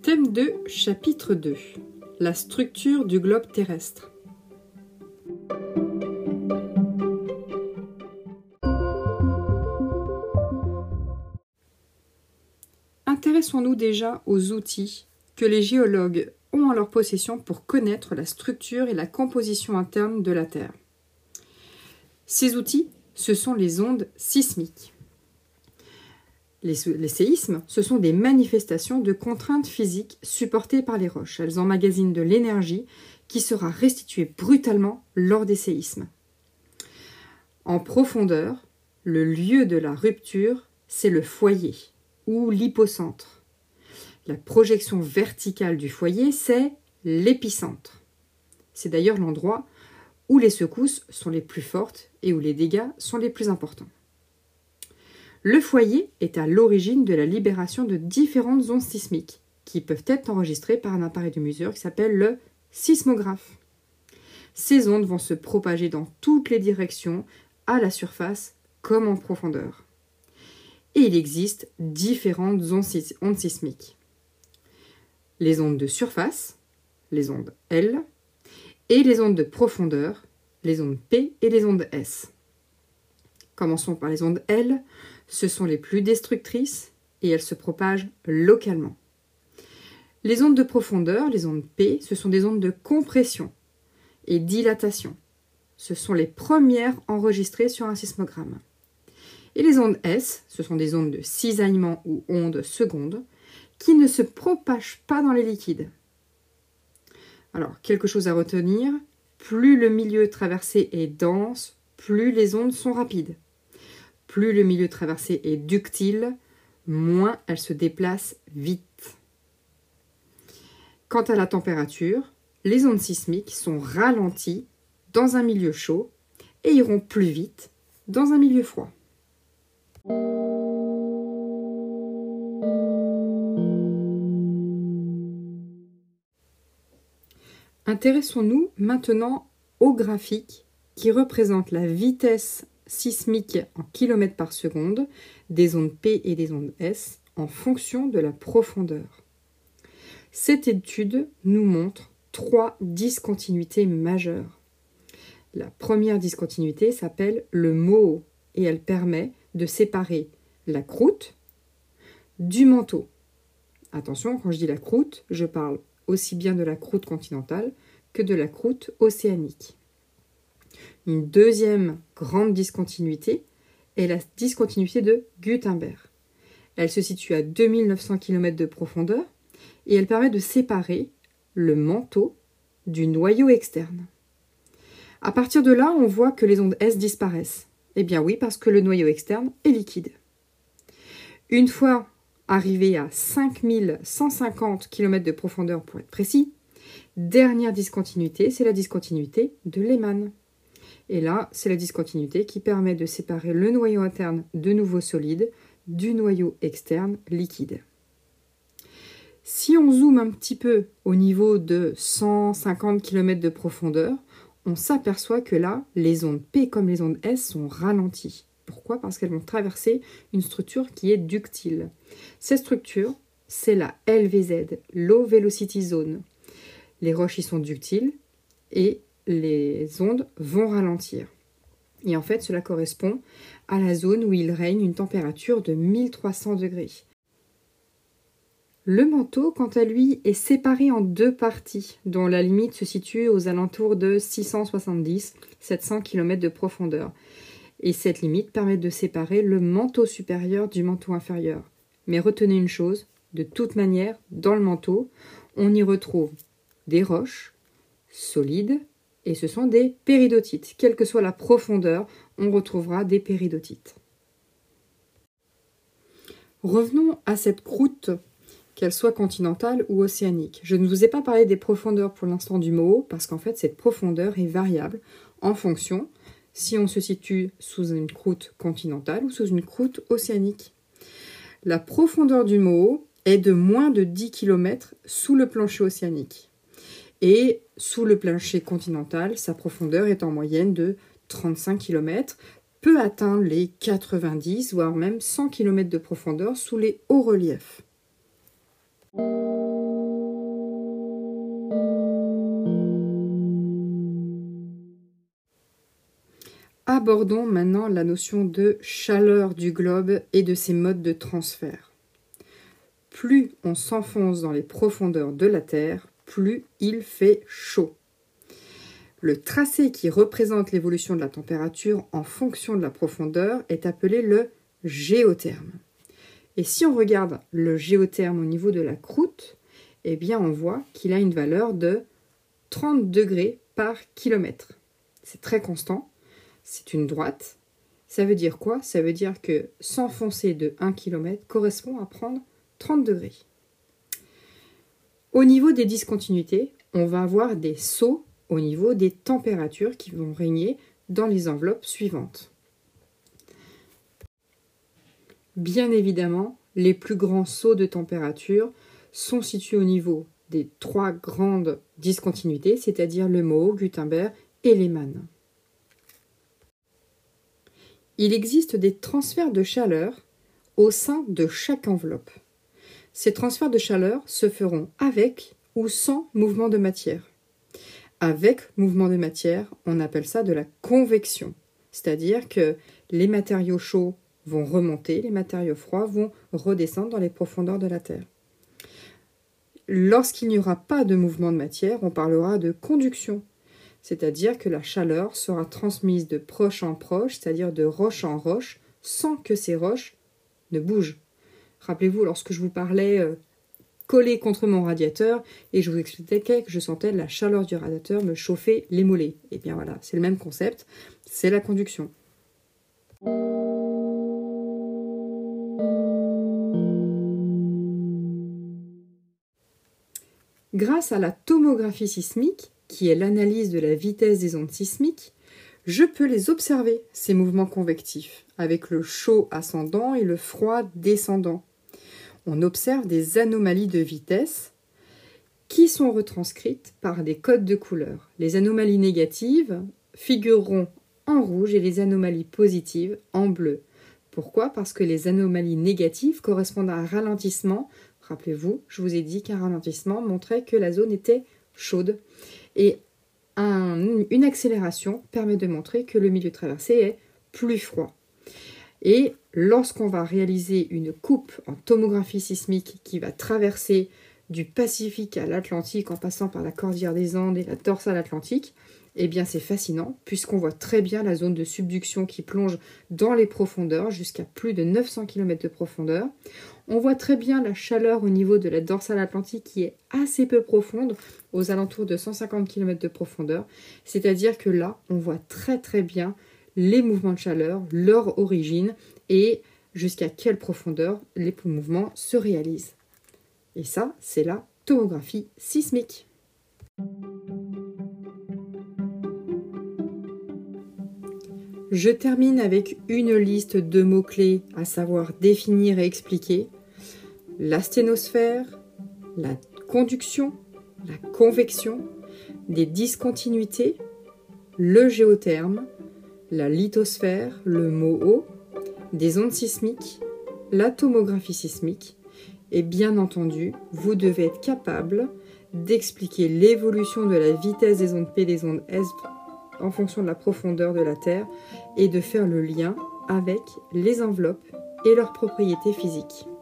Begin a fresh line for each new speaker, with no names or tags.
Thème 2, chapitre 2. La structure du globe terrestre. Intéressons-nous déjà aux outils que les géologues ont en leur possession pour connaître la structure et la composition interne de la Terre. Ces outils, ce sont les ondes sismiques. Les séismes, ce sont des manifestations de contraintes physiques supportées par les roches. Elles emmagasinent de l'énergie qui sera restituée brutalement lors des séismes. En profondeur, le lieu de la rupture, c'est le foyer ou l'hypocentre. La projection verticale du foyer, c'est l'épicentre. C'est d'ailleurs l'endroit où les secousses sont les plus fortes et où les dégâts sont les plus importants. Le foyer est à l'origine de la libération de différentes ondes sismiques qui peuvent être enregistrées par un appareil de mesure qui s'appelle le sismographe. Ces ondes vont se propager dans toutes les directions, à la surface comme en profondeur. Et il existe différentes ondes sismiques. Les ondes de surface, les ondes L, et les ondes de profondeur, les ondes P et les ondes S. Commençons par les ondes L. Ce sont les plus destructrices et elles se propagent localement. Les ondes de profondeur, les ondes P, ce sont des ondes de compression et dilatation. Ce sont les premières enregistrées sur un sismogramme. Et les ondes S, ce sont des ondes de cisaillement ou ondes secondes qui ne se propagent pas dans les liquides. Alors, quelque chose à retenir, plus le milieu traversé est dense, plus les ondes sont rapides. Plus le milieu traversé est ductile, moins elles se déplacent vite. Quant à la température, les ondes sismiques sont ralenties dans un milieu chaud et iront plus vite dans un milieu froid. Intéressons-nous maintenant au graphique qui représente la vitesse sismique en km par seconde des ondes P et des ondes S en fonction de la profondeur. Cette étude nous montre 3 discontinuités majeures. La première discontinuité s'appelle le MOO et elle permet de séparer la croûte du manteau. Attention, quand je dis la croûte, je parle aussi bien de la croûte continentale que de la croûte océanique. Une deuxième grande discontinuité est la discontinuité de Gutenberg. Elle se situe à 2900 km de profondeur et elle permet de séparer le manteau du noyau externe. À partir de là, on voit que les ondes S disparaissent. Eh bien oui, parce que le noyau externe est liquide. Une fois arrivé à 5150 km de profondeur pour être précis, dernière discontinuité, c'est la discontinuité de Lehmann. Et là, c'est la discontinuité qui permet de séparer le noyau interne de nouveau solide du noyau externe liquide. Si on zoome un petit peu au niveau de 150 km de profondeur, on s'aperçoit que là, les ondes P comme les ondes S sont ralenties. Pourquoi ? Parce qu'elles vont traverser une structure qui est ductile. Cette structure, c'est la LVZ, Low Velocity Zone. Les roches y sont ductiles et les ondes vont ralentir. Et en fait, cela correspond à la zone où il règne une température de 1300 degrés. Le manteau, quant à lui, est séparé en 2 parties, dont la limite se situe aux alentours de 670-700 km de profondeur. Et cette limite permet de séparer le manteau supérieur du manteau inférieur. Mais retenez une chose, de toute manière, dans le manteau, on y retrouve des roches solides, et ce sont des péridotites. Quelle que soit la profondeur, on retrouvera des péridotites. Revenons à cette croûte, qu'elle soit continentale ou océanique. Je ne vous ai pas parlé des profondeurs pour l'instant du MOO, parce qu'en fait, cette profondeur est variable en fonction si on se situe sous une croûte continentale ou sous une croûte océanique. La profondeur du MOO est de moins de 10 km sous le plancher océanique. Et sous le plancher continental, sa profondeur est en moyenne de 35 km, peut atteindre les 90 voire même 100 km de profondeur sous les hauts reliefs. Abordons maintenant la notion de chaleur du globe et de ses modes de transfert. Plus on s'enfonce dans les profondeurs de la Terre, plus il fait chaud. Le tracé qui représente l'évolution de la température en fonction de la profondeur est appelé le géotherme. Et si on regarde le géotherme au niveau de la croûte, eh bien on voit qu'il a une valeur de 30 degrés par kilomètre. C'est très constant, c'est une droite. Ça veut dire quoi? Ça veut dire que s'enfoncer de 1 km correspond à prendre 30 degrés. Au niveau des discontinuités, on va avoir des sauts au niveau des températures qui vont régner dans les enveloppes suivantes. Bien évidemment, les plus grands sauts de température sont situés au niveau des 3 grandes discontinuités, c'est-à-dire le Mohau, Gutenberg et Lehmann. Il existe des transferts de chaleur au sein de chaque enveloppe. Ces transferts de chaleur se feront avec ou sans mouvement de matière. Avec mouvement de matière, on appelle ça de la convection, c'est-à-dire que les matériaux chauds vont remonter, les matériaux froids vont redescendre dans les profondeurs de la Terre. Lorsqu'il n'y aura pas de mouvement de matière, on parlera de conduction, c'est-à-dire que la chaleur sera transmise de proche en proche, c'est-à-dire de roche en roche, sans que ces roches ne bougent. Rappelez-vous, lorsque je vous parlais collé contre mon radiateur et je vous expliquais que je sentais la chaleur du radiateur me chauffer les mollets. Et bien voilà, c'est le même concept, c'est la conduction. Grâce à la tomographie sismique, qui est l'analyse de la vitesse des ondes sismiques, je peux les observer, ces mouvements convectifs, avec le chaud ascendant et le froid descendant. On observe des anomalies de vitesse qui sont retranscrites par des codes de couleurs. Les anomalies négatives figureront en rouge et les anomalies positives en bleu. Pourquoi? Parce que les anomalies négatives correspondent à un ralentissement. Rappelez-vous, je vous ai dit qu'un ralentissement montrait que la zone était chaude. Et une accélération permet de montrer que le milieu traversé est plus froid. Et lorsqu'on va réaliser une coupe en tomographie sismique qui va traverser du Pacifique à l'Atlantique en passant par la cordillère des Andes et la dorsale atlantique, eh bien c'est fascinant puisqu'on voit très bien la zone de subduction qui plonge dans les profondeurs jusqu'à plus de 900 km de profondeur. On voit très bien la chaleur au niveau de la dorsale atlantique qui est assez peu profonde, aux alentours de 150 km de profondeur. C'est-à-dire que là, on voit très très bien les mouvements de chaleur, leur origine et jusqu'à quelle profondeur les mouvements se réalisent. Et ça, c'est la tomographie sismique. Je termine avec une liste de mots-clés à savoir définir et expliquer. La sténosphère, la conduction, la convection, des discontinuités, le géotherme, la lithosphère, le Mohau, des ondes sismiques, la tomographie sismique, et bien entendu, vous devez être capable d'expliquer l'évolution de la vitesse des ondes P et des ondes S en fonction de la profondeur de la Terre et de faire le lien avec les enveloppes et leurs propriétés physiques.